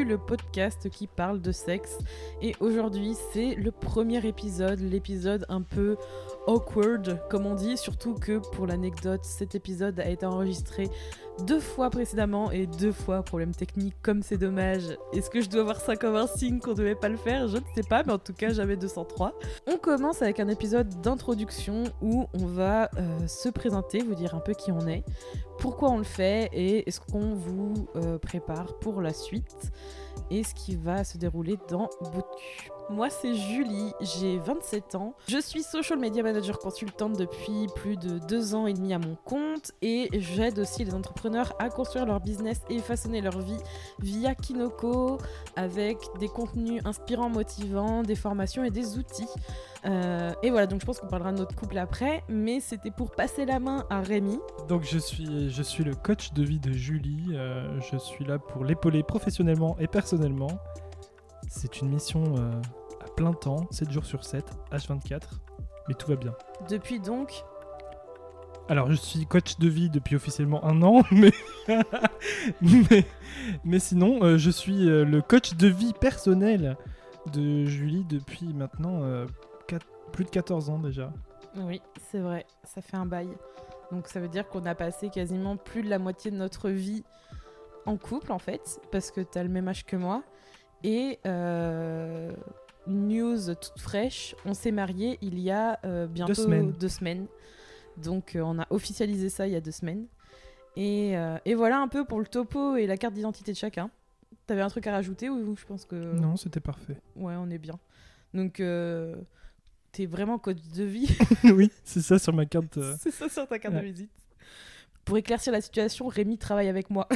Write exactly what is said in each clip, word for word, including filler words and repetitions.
le podcast qui parle de sexe. Et aujourd'hui, c'est le premier épisode, l'épisode un peu awkward, comme on dit. Surtout que, pour l'anecdote, cet épisode a été enregistré deux fois précédemment et deux fois problème technique, comme c'est dommage. Est-ce que je dois voir ça comme un signe qu'on devait pas le faire? Je ne sais pas, mais en tout cas, j'avais deux cent trois. On commence avec un épisode d'introduction où on va euh, se présenter, vous dire un peu qui on est, pourquoi on le fait et est-ce qu'on vous euh, prépare pour la suite et ce qui va se dérouler dans Bout de cul. Moi, c'est Julie, j'ai vingt-sept ans. Je suis social media manager consultante depuis plus de deux ans et demi à mon compte et j'aide aussi les entrepreneurs à construire leur business et façonner leur vie via Kinoko avec des contenus inspirants, motivants, des formations et des outils. Euh, et voilà, donc je pense qu'on parlera de notre couple après, mais c'était pour passer la main à Rémi. Donc je suis, je suis le coach de vie de Julie, euh, je suis là pour l'épauler professionnellement et personnellement. C'est une mission euh, à plein temps, sept jours sur sept, H vingt-quatre, mais tout va bien. Depuis donc Alors je suis coach de vie depuis officiellement un an, mais, mais, mais sinon euh, je suis euh, le coach de vie personnel de Julie depuis maintenant euh, quatre, plus de quatorze ans déjà. Oui, c'est vrai, ça fait un bail. Donc ça veut dire qu'on a passé quasiment plus de la moitié de notre vie en couple en fait, parce que t'as le même âge que moi. Et euh, news toute fraîche, on s'est mariés il y a euh, bientôt deux semaines. deux semaines. Donc euh, on a officialisé ça il y a deux semaines. Et, euh, et voilà un peu pour le topo et la carte d'identité de chacun. T'avais un truc à rajouter ou je pense que... Non, c'était parfait. Ouais, on est bien. Donc euh, t'es vraiment coach de vie. Oui, c'est ça sur ma carte. Euh... C'est ça sur ta carte ouais. de visite. Pour éclaircir la situation, Rémi travaille avec moi.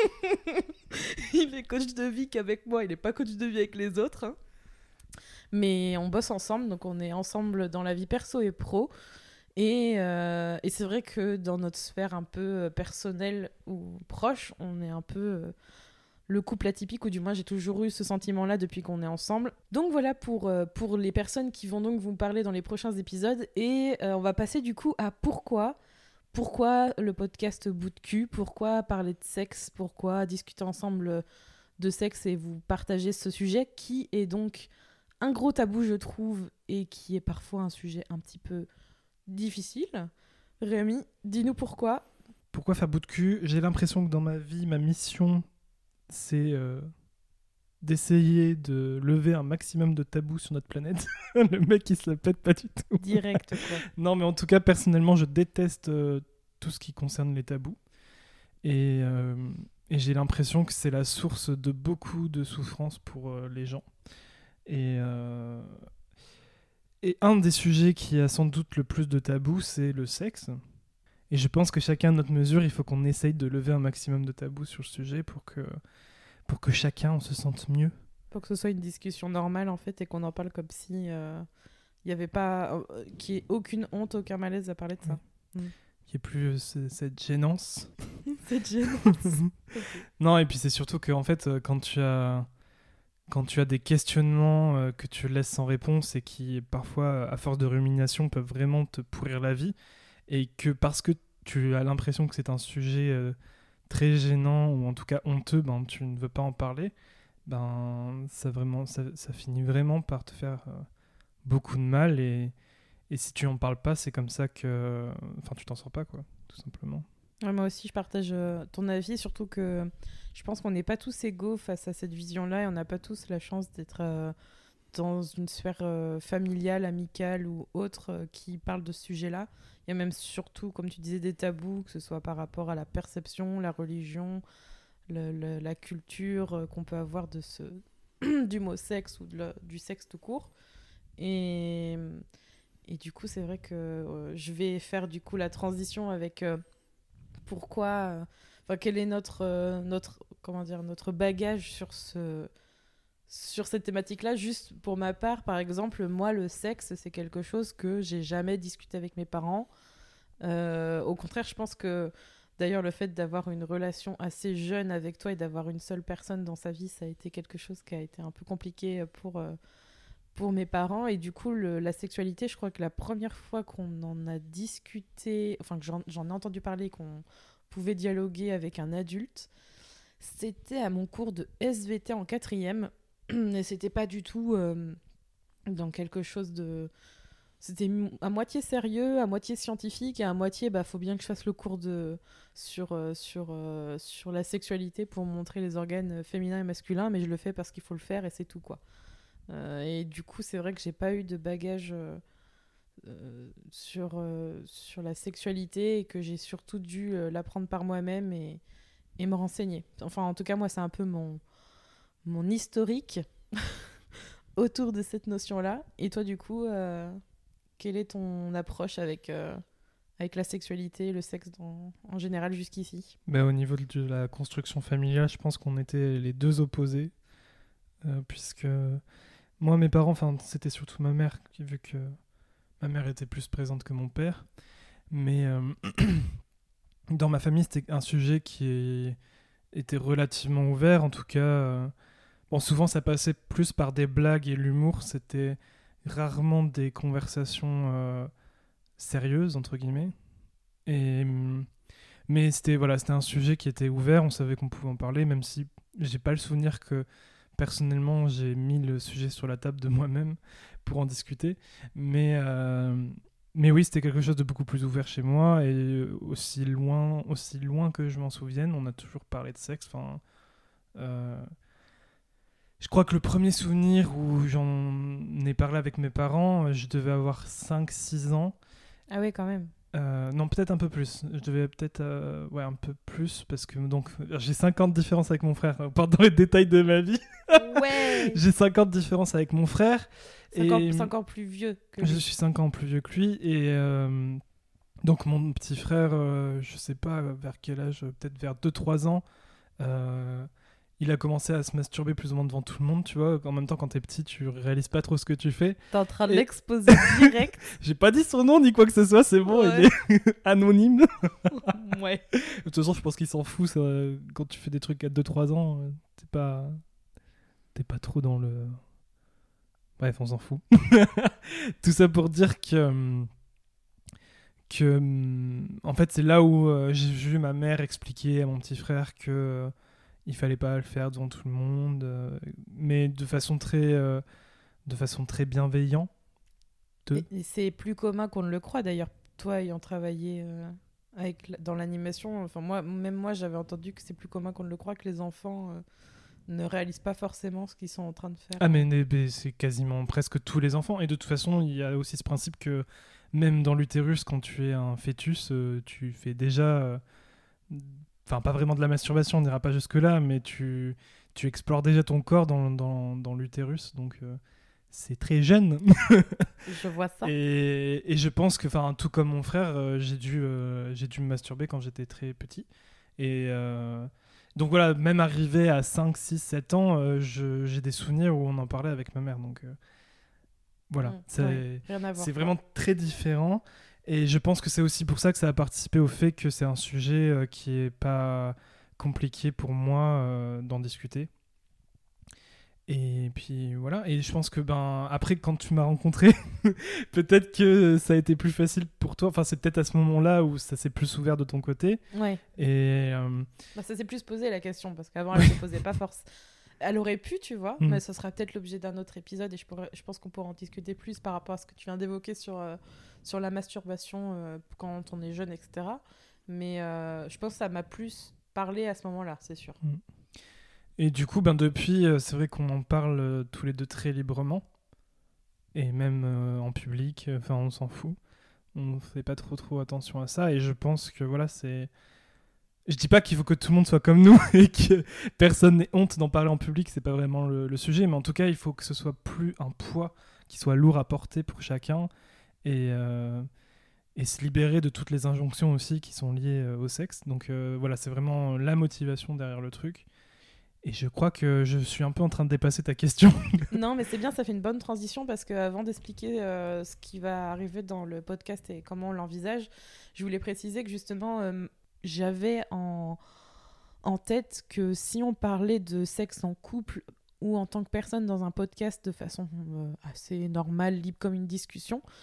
Il est coach de vie qu'avec moi, il n'est pas coach de vie avec les autres. Hein. Mais on bosse ensemble, donc on est ensemble dans la vie perso et pro. Et, euh, et c'est vrai que dans notre sphère un peu personnelle ou proche, on est un peu euh, le couple atypique, ou du moins j'ai toujours eu ce sentiment-là depuis qu'on est ensemble. Donc voilà pour, euh, pour les personnes qui vont donc vous parler dans les prochains épisodes. Et euh, on va passer du coup à pourquoi... Pourquoi le podcast Bout de cul? Pourquoi parler de sexe? Pourquoi discuter ensemble de sexe et vous partager ce sujet qui est donc un gros tabou, je trouve, et qui est parfois un sujet un petit peu difficile. Rémi, dis-nous pourquoi. Pourquoi faire bout de cul? J'ai l'impression que dans ma vie, ma mission, c'est euh, d'essayer de lever un maximum de tabous sur notre planète. Le mec, il se la pète pas du tout. Direct, quoi. Non, mais en tout cas, personnellement, je déteste euh, tout ce qui concerne les tabous. Et, euh, et j'ai l'impression que c'est la source de beaucoup de souffrance pour euh, les gens. Et, euh, et un des sujets qui a sans doute le plus de tabous, c'est le sexe. Et je pense que chacun à notre mesure, il faut qu'on essaye de lever un maximum de tabous sur le sujet pour que, pour que chacun on se sente mieux. Pour que ce soit une discussion normale, en fait, et qu'on en parle comme si il euh, n'y avait pas... Euh, qu'il n'y ait aucune honte, aucun malaise à parler de ça. Oui. Mm. Qu'il n'y ait plus euh, cette gênance. Cette gênance. Okay. Non, et puis c'est surtout que en fait, quand tu as, quand tu as des questionnements euh, que tu laisses sans réponse et qui, parfois, à force de rumination, peuvent vraiment te pourrir la vie, et que parce que tu as l'impression que c'est un sujet euh, très gênant, ou en tout cas honteux, ben, tu ne veux pas en parler, ben, ça, vraiment, ça, ça finit vraiment par te faire euh, beaucoup de mal, et, et si tu n'en parles pas, c'est comme ça que enfin, tu t'en sors pas, quoi, tout simplement. Ouais, moi aussi, je partage euh, ton avis, surtout que je pense qu'on n'est pas tous égaux face à cette vision-là et on n'a pas tous la chance d'être euh, dans une sphère euh, familiale, amicale ou autre euh, qui parle de ce sujet-là. Il y a même surtout, comme tu disais, des tabous, que ce soit par rapport à la perception, la religion, le, le, la culture euh, qu'on peut avoir de ce du mot sexe ou de le, du sexe tout court. Et, et du coup, c'est vrai que euh, je vais faire du coup la transition avec... Euh, pourquoi, enfin euh, quel est notre euh, notre comment dire notre bagage sur ce sur cette thématique-là. Juste pour ma part, par exemple, moi le sexe c'est quelque chose que j'ai jamais discuté avec mes parents. Euh, au contraire, je pense que d'ailleurs le fait d'avoir une relation assez jeune avec toi et d'avoir une seule personne dans sa vie, ça a été quelque chose qui a été un peu compliqué pour euh, pour mes parents. Et du coup le, la sexualité, je crois que la première fois qu'on en a discuté, enfin que j'en, j'en ai entendu parler, qu'on pouvait dialoguer avec un adulte, C'était à mon cours de S V T en quatrième. Et c'était pas du tout euh, dans quelque chose de... C'était à moitié sérieux, à moitié scientifique, et à moitié, bah, faut bien que je fasse le cours de... sur, euh, sur, euh, sur la sexualité pour montrer les organes féminins et masculins, mais je le fais parce qu'il faut le faire et c'est tout, quoi. Euh, et du coup, c'est vrai que j'ai pas eu de bagage euh, euh, sur, euh, sur la sexualité et que j'ai surtout dû euh, l'apprendre par moi-même et, et me renseigner. Enfin, en tout cas, moi, c'est un peu mon, mon historique autour de cette notion-là. Et toi, du coup, euh, quelle est ton approche avec, euh, avec la sexualité, le sexe dans- en général jusqu'ici? Ben, au niveau de la construction familiale, je pense qu'on était les deux opposés, euh, puisque moi, mes parents, enfin, c'était surtout ma mère, qui, vu que ma mère était plus présente que mon père, mais euh, dans ma famille, c'était un sujet qui est- était relativement ouvert, en tout cas. euh, Bon, souvent, ça passait plus par des blagues et l'humour, c'était rarement des conversations euh, sérieuses, entre guillemets. Et, hum, mais c'était voilà, c'était un sujet qui était ouvert, on savait qu'on pouvait en parler, même si j'ai pas le souvenir que personnellement j'ai mis le sujet sur la table de moi-même pour en discuter. Mais, euh, mais oui, c'était quelque chose de beaucoup plus ouvert chez moi et aussi loin, aussi loin que je m'en souvienne, on a toujours parlé de sexe. Enfin, euh, je crois que le premier souvenir où j'en ai parlé avec mes parents, je devais avoir cinq six ans. Ah ouais, quand même. Euh, non, peut-être un peu plus. Je devais peut-être... euh, ouais, un peu plus, parce que donc j'ai cinquante différences avec mon frère. Pas dans les détails de ma vie. Ouais. J'ai cinquante différences avec mon frère. cinq ans, Et cinq ans plus vieux que je lui. suis cinq ans plus vieux que lui. Et euh, donc mon petit frère, euh, je sais pas vers quel âge, peut-être vers deux trois ans, euh, il a commencé à se masturber plus ou moins devant tout le monde, tu vois. En même temps, quand t'es petit, tu réalises pas trop ce que tu fais. T'es en train de Et- l'exposer direct. J'ai pas dit son nom ni quoi que ce soit, c'est bon, Ouais. il est anonyme. Ouais. De toute façon, je pense qu'il s'en fout. Ça, quand tu fais des trucs à deux trois ans, euh, t'es pas... t'es pas trop dans le... Bref, on s'en fout. Tout ça pour dire que... hum, que hum, en fait, c'est là où euh, j'ai vu ma mère expliquer à mon petit frère que euh, il fallait pas le faire devant tout le monde, euh, mais de façon très, euh, de façon très bienveillante. Et, et c'est plus commun qu'on ne le croit d'ailleurs. Toi ayant travaillé euh, avec, la- dans l'animation, enfin moi, même moi j'avais entendu que c'est plus commun qu'on ne le croit, que les enfants euh, ne réalisent pas forcément ce qu'ils sont en train de faire. Ah mais, mais- mais c'est quasiment presque tous les enfants. Et de toute façon, il y a aussi ce principe que même dans l'utérus, quand tu es un fœtus, euh, tu fais déjà... euh, Enfin, pas vraiment de la masturbation, on n'ira pas jusque-là, mais tu, tu explores déjà ton corps dans, dans, dans l'utérus. Donc euh, c'est très jeune. Je vois ça. Et, et je pense que, enfin, tout comme mon frère, euh, j'ai dû, euh, j'ai dû me masturber quand j'étais très petit. Et... euh, donc voilà, même arrivé à cinq, six, sept ans, euh, je- j'ai des souvenirs où on en parlait avec ma mère. Donc euh, voilà, Mm, c'est ouais, rien à voir, c'est quoi. vraiment très différent. Et je pense que c'est aussi pour ça que ça a participé au fait que c'est un sujet euh, qui est pas compliqué pour moi euh, d'en discuter. Et puis voilà, et je pense que ben après quand tu m'as rencontré, peut-être que ça a été plus facile pour toi. Enfin, c'est peut-être à ce moment-là où ça s'est plus ouvert de ton côté. Ouais. Et euh, Bah, ça s'est plus posé la question parce qu'avant elle ne se posait pas force. Elle aurait pu, tu vois, Mm. mais ce sera peut-être l'objet d'un autre épisode et je, pourrais, je pense qu'on pourra en discuter plus par rapport à ce que tu viens d'évoquer sur, euh, sur la masturbation euh, quand on est jeune, et cetera. Mais euh, je pense que ça m'a plus parlé à ce moment-là, c'est sûr. Et du coup, ben depuis, euh, c'est vrai qu'on en parle euh, tous les deux très librement. Et même euh, en public, euh, enfin, on s'en fout. On fait pas trop trop attention à ça. Et je pense que voilà, c'est... Je dis pas qu'il faut que tout le monde soit comme nous et que personne n'ait honte d'en parler en public, c'est pas vraiment le, le sujet. Mais en tout cas, il faut que ce soit plus un poids qui soit lourd à porter pour chacun. Et... euh, et se libérer de toutes les injonctions aussi qui sont liées euh, au sexe. Donc euh, voilà, c'est vraiment la motivation derrière le truc. Et je crois que je suis un peu en train de dépasser ta question. Non, mais c'est bien, ça fait une bonne transition parce qu'avant d'expliquer euh, ce qui va arriver dans le podcast et comment on l'envisage, je voulais préciser que justement, euh, j'avais en, en tête que si on parlait de sexe en couple ou en tant que personne dans un podcast de façon euh, assez normale, libre comme une discussion,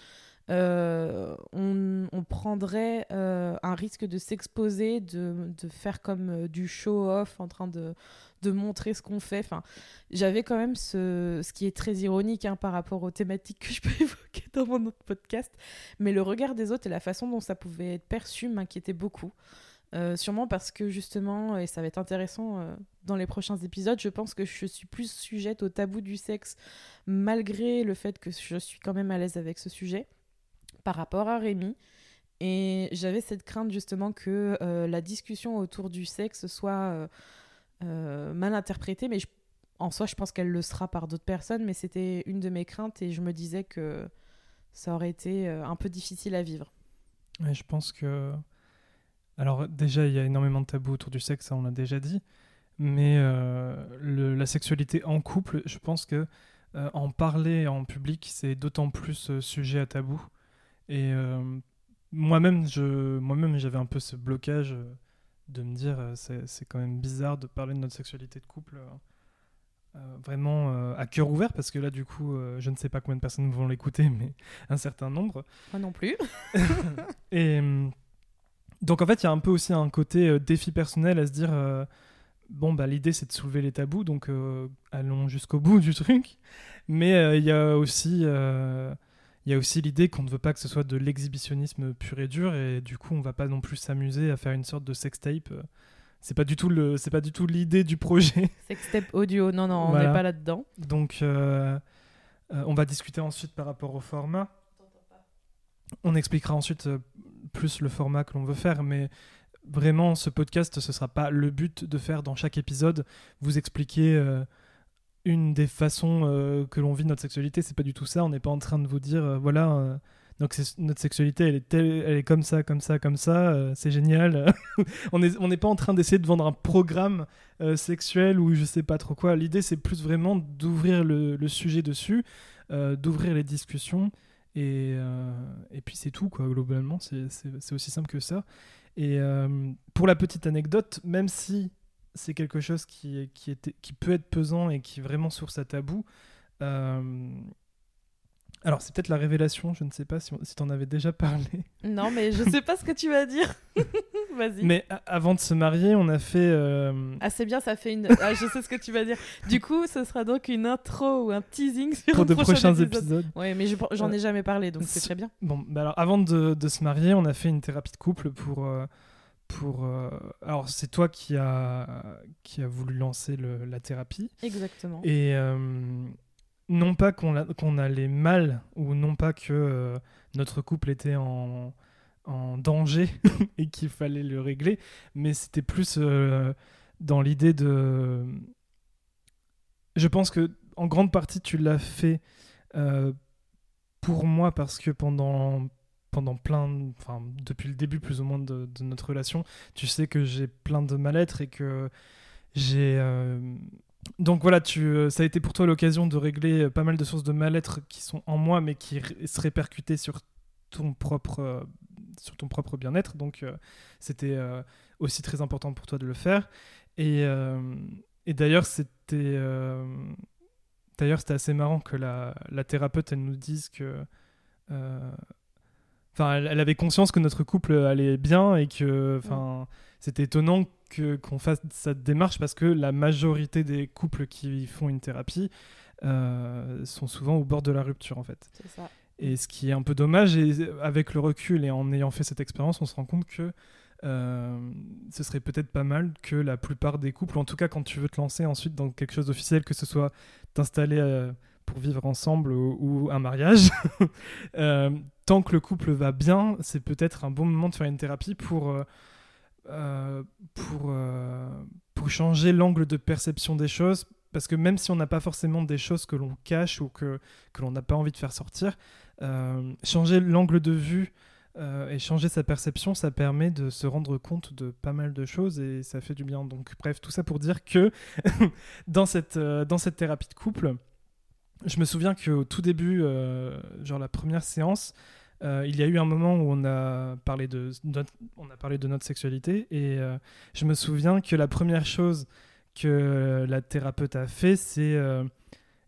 euh, on, on prendrait euh, un risque de s'exposer, de, de faire comme euh, du show-off en train de, de montrer ce qu'on fait. Enfin, j'avais quand même ce, ce qui est très ironique hein, par rapport aux thématiques que je peux évoquer dans mon autre podcast, mais le regard des autres et la façon dont ça pouvait être perçu m'inquiétait beaucoup. Euh, sûrement parce que justement, et ça va être intéressant euh, dans les prochains épisodes, je pense que je suis plus sujette au tabou du sexe malgré le fait que je suis quand même à l'aise avec ce sujet par rapport à Rémi. Et j'avais cette crainte justement que euh, la discussion autour du sexe soit euh, euh, mal interprétée, mais je, en soi je pense qu'elle le sera par d'autres personnes, mais c'était une de mes craintes et je me disais que ça aurait été euh, un peu difficile à vivre. Ouais, je pense que... Alors déjà, il y a énormément de tabous autour du sexe, ça on l'a déjà dit, mais euh, le, la sexualité en couple, je pense que euh, en parler en public, c'est d'autant plus euh, sujet à tabou. Et euh, moi-même, je, moi-même, j'avais un peu ce blocage euh, de me dire, euh, c'est, c'est quand même bizarre de parler de notre sexualité de couple euh, euh, vraiment euh, à cœur ouvert, parce que là, du coup, euh, je ne sais pas combien de personnes vont l'écouter, mais un certain nombre. Moi non plus. Et... Donc en fait, il y a un peu aussi un côté euh, défi personnel à se dire euh, bon, bah, l'idée c'est de soulever les tabous, donc euh, allons jusqu'au bout du truc. Mais euh, il y a aussi, euh, il y a aussi l'idée qu'on ne veut pas que ce soit de l'exhibitionnisme pur et dur, et du coup, on va pas non plus s'amuser à faire une sorte de sextape. C'est pas du tout le, c'est pas du tout l'idée du projet. Sextape audio, non, non, Voilà. on n'est pas là-dedans. Donc euh, euh, on va discuter ensuite par rapport au format. On expliquera ensuite euh, plus le format que l'on veut faire, mais vraiment, ce podcast, ce sera pas le but de faire dans chaque épisode, vous expliquer euh, une des façons euh, que l'on vit notre sexualité. C'est pas du tout ça. On n'est pas en train de vous dire, euh, voilà, euh, donc c'est, notre sexualité, elle est, telle, elle est comme ça, comme ça, comme ça, euh, c'est génial. on n'est on n'est pas en train d'essayer de vendre un programme euh, sexuel ou je sais pas trop quoi. L'idée, c'est plus vraiment d'ouvrir le, le sujet dessus, euh, d'ouvrir les discussions. Et, euh, et puis c'est tout, quoi, globalement, c'est, c'est, c'est aussi simple que ça. Et euh, pour la petite anecdote, même si c'est quelque chose qui, qui, était, qui peut être pesant et qui est vraiment source à tabou, euh, alors c'est peut-être la révélation, je ne sais pas si, on, si tu en avais déjà parlé. Non, mais je sais pas ce que tu vas dire. Vas-y. Mais a- avant de se marier, on a fait... Euh... Ah, c'est bien, ça fait une... Ah, je sais ce que tu vas dire. Du coup, ce sera donc une intro ou un teasing sur pour un de prochain prochains épisode. épisodes. Ouais, mais je- j'en ai Euh, jamais parlé, donc c'est c'est- très bien. Bon, bah alors avant de, de se marier, on a fait une thérapie de couple pour... Euh, pour euh, alors c'est toi qui a, qui a voulu lancer le, la thérapie. Exactement. Et euh, non pas qu'on, a, qu'on allait mal, ou non pas que euh, notre couple était en, en danger et qu'il fallait le régler, mais c'était plus euh, dans l'idée de... Je pense que en grande partie tu l'as fait euh, pour moi parce que pendant... pendant plein, de- enfin depuis le début plus ou moins de, de notre relation, tu sais que j'ai plein de mal-être et que j'ai euh, donc voilà, tu, euh, ça a été pour toi l'occasion de régler euh, pas mal de sources de mal-être qui sont en moi mais qui r- se répercutaient sur ton propre euh, sur ton propre bien-être, donc euh, c'était euh, aussi très important pour toi de le faire. Et, euh, et d'ailleurs c'était euh, d'ailleurs c'était assez marrant que la, la thérapeute elle nous dise que euh, Enfin, elle, elle avait conscience que notre couple allait bien et que, enfin, mm. c'était étonnant que qu'on fasse cette démarche parce que la majorité des couples qui font une thérapie euh, sont souvent au bord de la rupture en fait. C'est ça. Et ce qui est un peu dommage, et avec le recul et en ayant fait cette expérience, on se rend compte que euh, ce serait peut-être pas mal que la plupart des couples, en tout cas quand tu veux te lancer ensuite dans quelque chose d'officiel, que ce soit t'installer euh, pour vivre ensemble ou, ou un mariage, euh, tant que le couple va bien, c'est peut-être un bon moment de faire une thérapie pour, euh, euh, pour, euh, pour changer l'angle de perception des choses. Parce que même si on n'a pas forcément des choses que l'on cache ou que, que l'on n'a pas envie de faire sortir, euh, changer l'angle de vue euh, et changer sa perception, ça permet de se rendre compte de pas mal de choses et ça fait du bien. Donc bref, tout ça pour dire que dans, cette, euh, dans cette thérapie de couple, je me souviens qu'au tout début, euh, genre la première séance, euh, il y a eu un moment où on a parlé de notre, on a parlé de notre sexualité et euh, je me souviens que la première chose que la thérapeute a fait, c'est euh,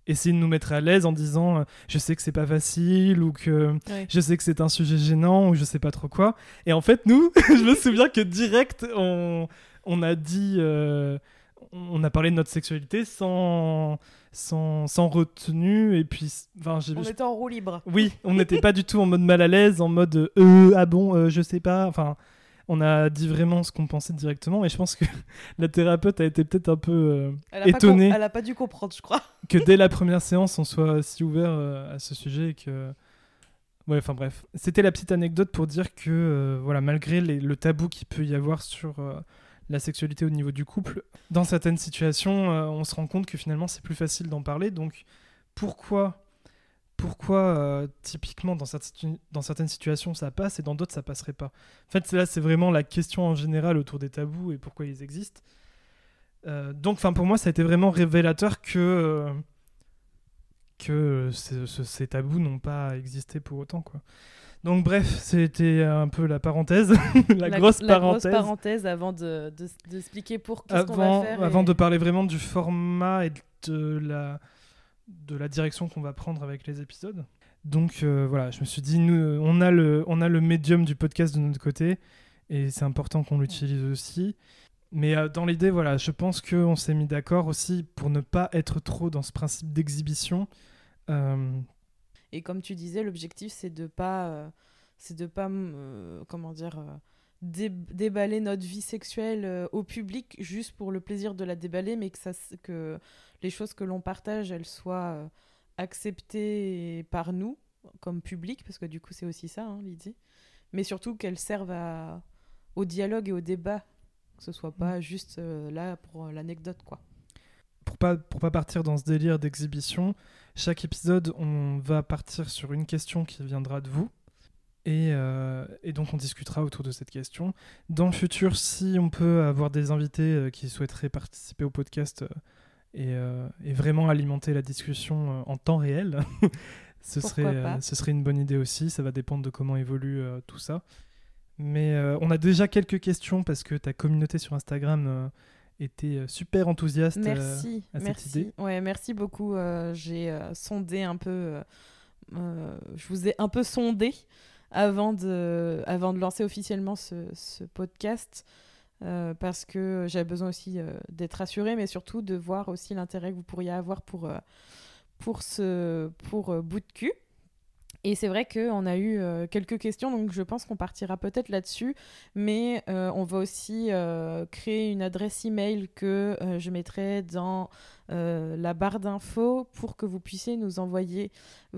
essayer de nous mettre à l'aise en disant euh, je sais que c'est pas facile ou que Ouais. je sais que c'est un sujet gênant ou je sais pas trop quoi. Et en fait, nous, je me souviens que direct, on, on a dit, euh, on a parlé de notre sexualité sans, sans, sans retenue. Et puis, enfin, j'ai, On était en roue libre. oui, on n'était pas du tout en mode mal à l'aise, en mode euh, ah bon, euh, je sais pas. Enfin, on a dit vraiment ce qu'on pensait directement. Et je pense que la thérapeute a été peut-être un peu euh, Elle a pas étonnée com- elle a pas dû comprendre, je crois. que dès la première séance, on soit si ouvert euh, à ce sujet et que. Ouais, enfin bref. C'était la petite anecdote pour dire que, euh, voilà, malgré les- le tabou qu'il peut y avoir sur euh, la sexualité au niveau du couple, dans certaines situations, euh, on se rend compte que finalement, c'est plus facile d'en parler. Donc, pourquoi, pourquoi euh, typiquement, dans, certaines, dans certaines situations, ça passe et dans d'autres, ça passerait pas? En fait, là, c'est vraiment la question en général autour des tabous et pourquoi ils existent. Euh, donc, pour moi, ça a été vraiment révélateur que... euh, que ce- ce- ces tabous n'ont pas existé pour autant, quoi. Donc bref, c'était un peu la parenthèse, la, grosse la parenthèse. grosse parenthèse avant de, de, d'expliquer pour qu'est-ce qu'on va Avant, faire. avant et- de parler vraiment du format et de la, de la direction qu'on va prendre avec les épisodes. Donc euh, voilà, je me suis dit, nous, on a le, on a le médium du podcast de notre côté et c'est important qu'on l'utilise aussi. Mais euh, dans l'idée, voilà, je pense qu'on s'est mis d'accord aussi pour ne pas être trop dans ce principe d'exhibition. Euh, Et comme tu disais, l'objectif, c'est de pas, euh, c'est de pas, euh, comment dire, euh, dé- déballer notre vie sexuelle euh, au public juste pour le plaisir de la déballer, mais que, ça, s- que les choses que l'on partage, elles soient euh, acceptées par nous, comme public, parce que du coup, c'est aussi ça, hein, l'idée. Mais surtout qu'elles servent à, au dialogue et au débat, que ce soit pas juste euh, là pour euh, l'anecdote, quoi. pour pas pour pas partir dans ce délire d'exhibition, chaque épisode, on va partir sur une question qui viendra de vous. Et, euh, et donc on discutera autour de cette question. Dans le futur, si on peut avoir des invités euh, qui souhaiteraient participer au podcast euh, et, euh, et vraiment alimenter la discussion euh, en temps réel, ce, Pourquoi serait, pas. euh, ce serait une bonne idée aussi. Ça va dépendre de comment évolue euh, tout ça. Mais euh, on a déjà quelques questions parce que ta communauté sur Instagram euh, était euh, super enthousiaste euh, Merci, à cette merci. idée. Ouais, merci beaucoup. Euh, j'ai euh, sondé un peu. euh, euh, je vous ai un peu sondé avant de, avant de lancer officiellement ce, ce podcast euh, parce que j'avais besoin aussi euh, d'être rassurée, mais surtout de voir aussi l'intérêt que vous pourriez avoir pour, euh, pour ce pour euh, bout de cul. Et c'est vrai qu'on a eu euh, quelques questions, donc je pense qu'on partira peut-être là-dessus, mais euh, on va aussi euh, créer une adresse email que euh, je mettrai dans euh, la barre d'infos pour que vous puissiez nous envoyer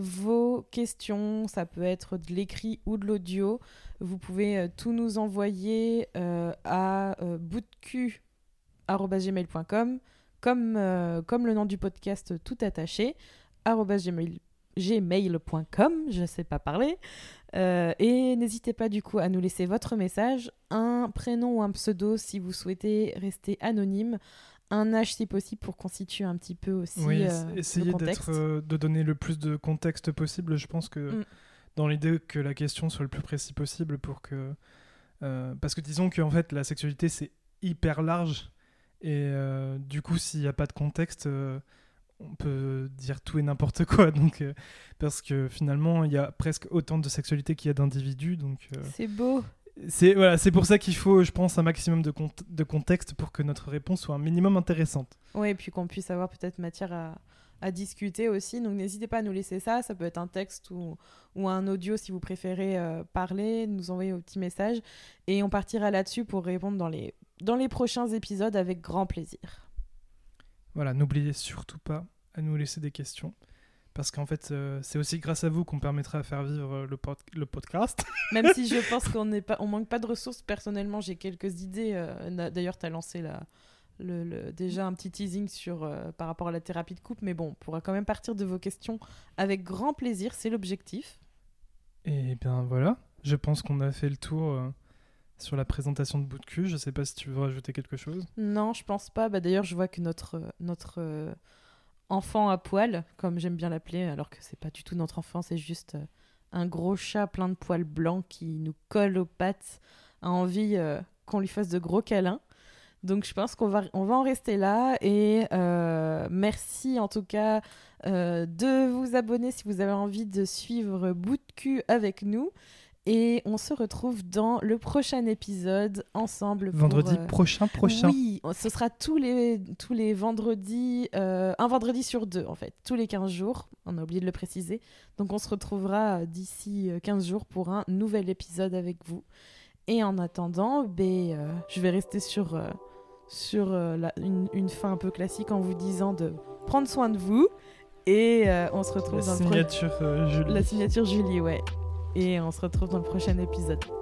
vos questions. Ça peut être de l'écrit ou de l'audio. Vous pouvez euh, tout nous envoyer euh, à euh, boutdecu arobase gmail point com comme, euh, comme le nom du podcast tout attaché, arobase gmail gmail point com, je ne sais pas parler. Euh, et n'hésitez pas du coup à nous laisser votre message, un prénom ou un pseudo si vous souhaitez rester anonyme, un âge si possible pour constituer un petit peu aussi Oui, euh, essayer le contexte. d'être, euh, de donner le plus de contexte possible. Je pense que Mm. dans l'idée que la question soit le plus précis possible pour que... euh, parce que disons qu'en fait, la sexualité, c'est hyper large. Et euh, du coup, s'il n'y a pas de contexte, euh, on peut dire tout et n'importe quoi. Donc, euh, parce que finalement, il y a presque autant de sexualité qu'il y a d'individus. Donc, euh, C'est beau. c'est, voilà, c'est pour ça qu'il faut, je pense, un maximum de, cont- de contexte pour que notre réponse soit un minimum intéressante. Oui, et puis qu'on puisse avoir peut-être matière à, à discuter aussi. Donc n'hésitez pas à nous laisser ça. Ça peut être un texte ou, ou un audio si vous préférez euh, parler, nous envoyer un petit message. Et on partira là-dessus pour répondre dans les, dans les prochains épisodes avec grand plaisir. Voilà, n'oubliez surtout pas à nous laisser des questions. Parce qu'en fait, euh, c'est aussi grâce à vous qu'on permettra à faire vivre euh, le, pod- le podcast. Même si je pense qu'on n'est pas, on manque pas de ressources. Personnellement, j'ai quelques idées. Euh, na- d'ailleurs, tu as lancé la, le, le- déjà un petit teasing sur, euh, par rapport à la thérapie de couple. Mais bon, on pourra quand même partir de vos questions avec grand plaisir. C'est l'objectif. Et bien voilà, je pense qu'on a fait le tour euh, sur la présentation de Bout de Cul. Je sais pas si tu veux rajouter quelque chose. Non, je pense pas. Bah, d'ailleurs, je vois que notre, notre euh, enfant à poil, comme j'aime bien l'appeler, alors que c'est pas du tout notre enfant, c'est juste euh, un gros chat plein de poils blancs qui nous colle aux pattes, a envie euh, qu'on lui fasse de gros câlins. Donc je pense qu'on va, on va en rester là. Et euh, merci en tout cas euh, de vous abonner si vous avez envie de suivre Bout de cul avec nous. Et on se retrouve dans le prochain épisode ensemble. Pour, Vendredi euh... prochain, prochain. Oui, ce sera tous les, tous les vendredis, euh, un vendredi sur deux en fait, tous les quinze jours. On a oublié de le préciser. Donc on se retrouvera d'ici quinze jours pour un nouvel épisode avec vous. Et en attendant, ben, euh, je vais rester sur, euh, sur euh, la, une, une fin un peu classique en vous disant de prendre soin de vous. Et euh, on se retrouve la dans signature, le pro... euh, Julie. La signature Julie, ouais. Et on se retrouve dans le prochain épisode.